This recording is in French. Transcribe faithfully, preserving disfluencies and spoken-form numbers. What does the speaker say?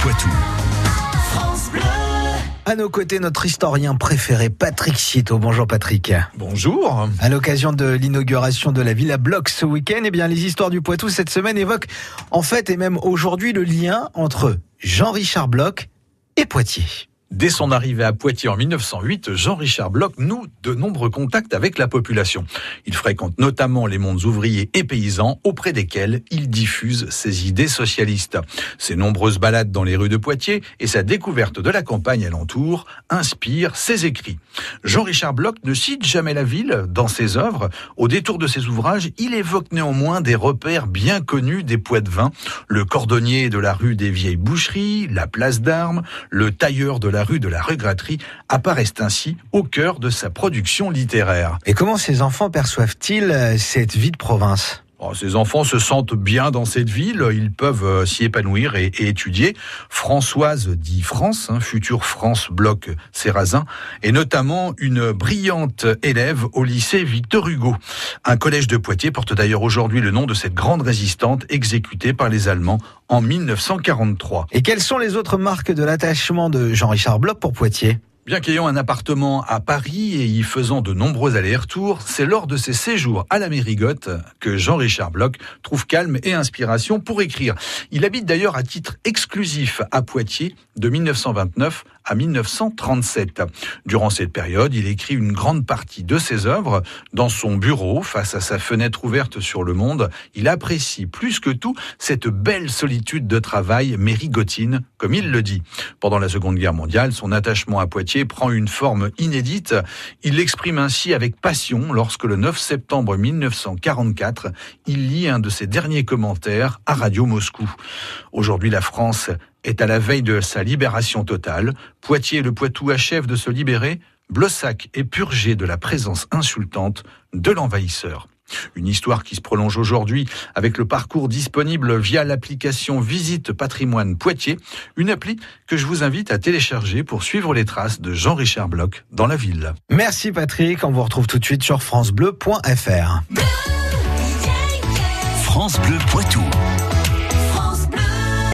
Poitou. À nos côtés, notre historien préféré, Patrick Citeaux. Bonjour Patrick. Bonjour. À l'occasion de l'inauguration de la Villa Bloch ce week-end, eh bien, les histoires du Poitou cette semaine évoquent en fait et même aujourd'hui le lien entre Jean-Richard Bloch et Poitiers. Dès son arrivée à Poitiers en mille neuf cent huit, Jean-Richard Bloch noue de nombreux contacts avec la population. Il fréquente notamment les mondes ouvriers et paysans auprès desquels il diffuse ses idées socialistes. Ses nombreuses balades dans les rues de Poitiers et sa découverte de la campagne alentour inspirent ses écrits. Jean-Richard Bloch ne cite jamais la ville dans ses œuvres. Au détour de ses ouvrages, il évoque néanmoins des repères bien connus des Poitevins. Le cordonnier de la rue des Vieilles Boucheries, la place d'Armes, le tailleur de la rue de la Regretterie apparaissent ainsi au cœur de sa production littéraire. Et comment ces enfants perçoivent-ils cette vie de province ? Oh, ces enfants se sentent bien dans cette ville, ils peuvent euh, s'y épanouir et, et étudier. Françoise, dit France, hein, future France Bloch Sérazin, est notamment une brillante élève au lycée Victor Hugo. Un collège de Poitiers porte d'ailleurs aujourd'hui le nom de cette grande résistante exécutée par les Allemands en mille neuf cent quarante-trois. Et quelles sont les autres marques de l'attachement de Jean-Richard Bloch pour Poitiers ? Bien qu'ayant un appartement à Paris et y faisant de nombreux allers-retours, c'est lors de ses séjours à la Mérigotte que Jean-Richard Bloch trouve calme et inspiration pour écrire. Il habite d'ailleurs à titre exclusif à Poitiers de mille neuf cent vingt-neuf à mille neuf cent trente-sept. Durant cette période, il écrit une grande partie de ses œuvres dans son bureau, face à sa fenêtre ouverte sur le monde. Il apprécie plus que tout cette belle solitude de travail mérigotine, comme il le dit. Pendant la Seconde Guerre mondiale, son attachement à Poitiers prend une forme inédite. Il l'exprime ainsi avec passion lorsque le neuf septembre mille neuf cent quarante-quatre, il lit un de ses derniers commentaires à Radio Moscou. Aujourd'hui, la France est à la veille de sa libération totale. Poitiers et le Poitou achèvent de se libérer. Blossac est purgé de la présence insultante de l'envahisseur. Une histoire qui se prolonge aujourd'hui avec le parcours disponible via l'application Visite Patrimoine Poitiers, une appli que je vous invite à télécharger pour suivre les traces de Jean-Richard Bloch dans la ville. Merci Patrick, on vous retrouve tout de suite sur francebleu point f r. France Bleu Poitou.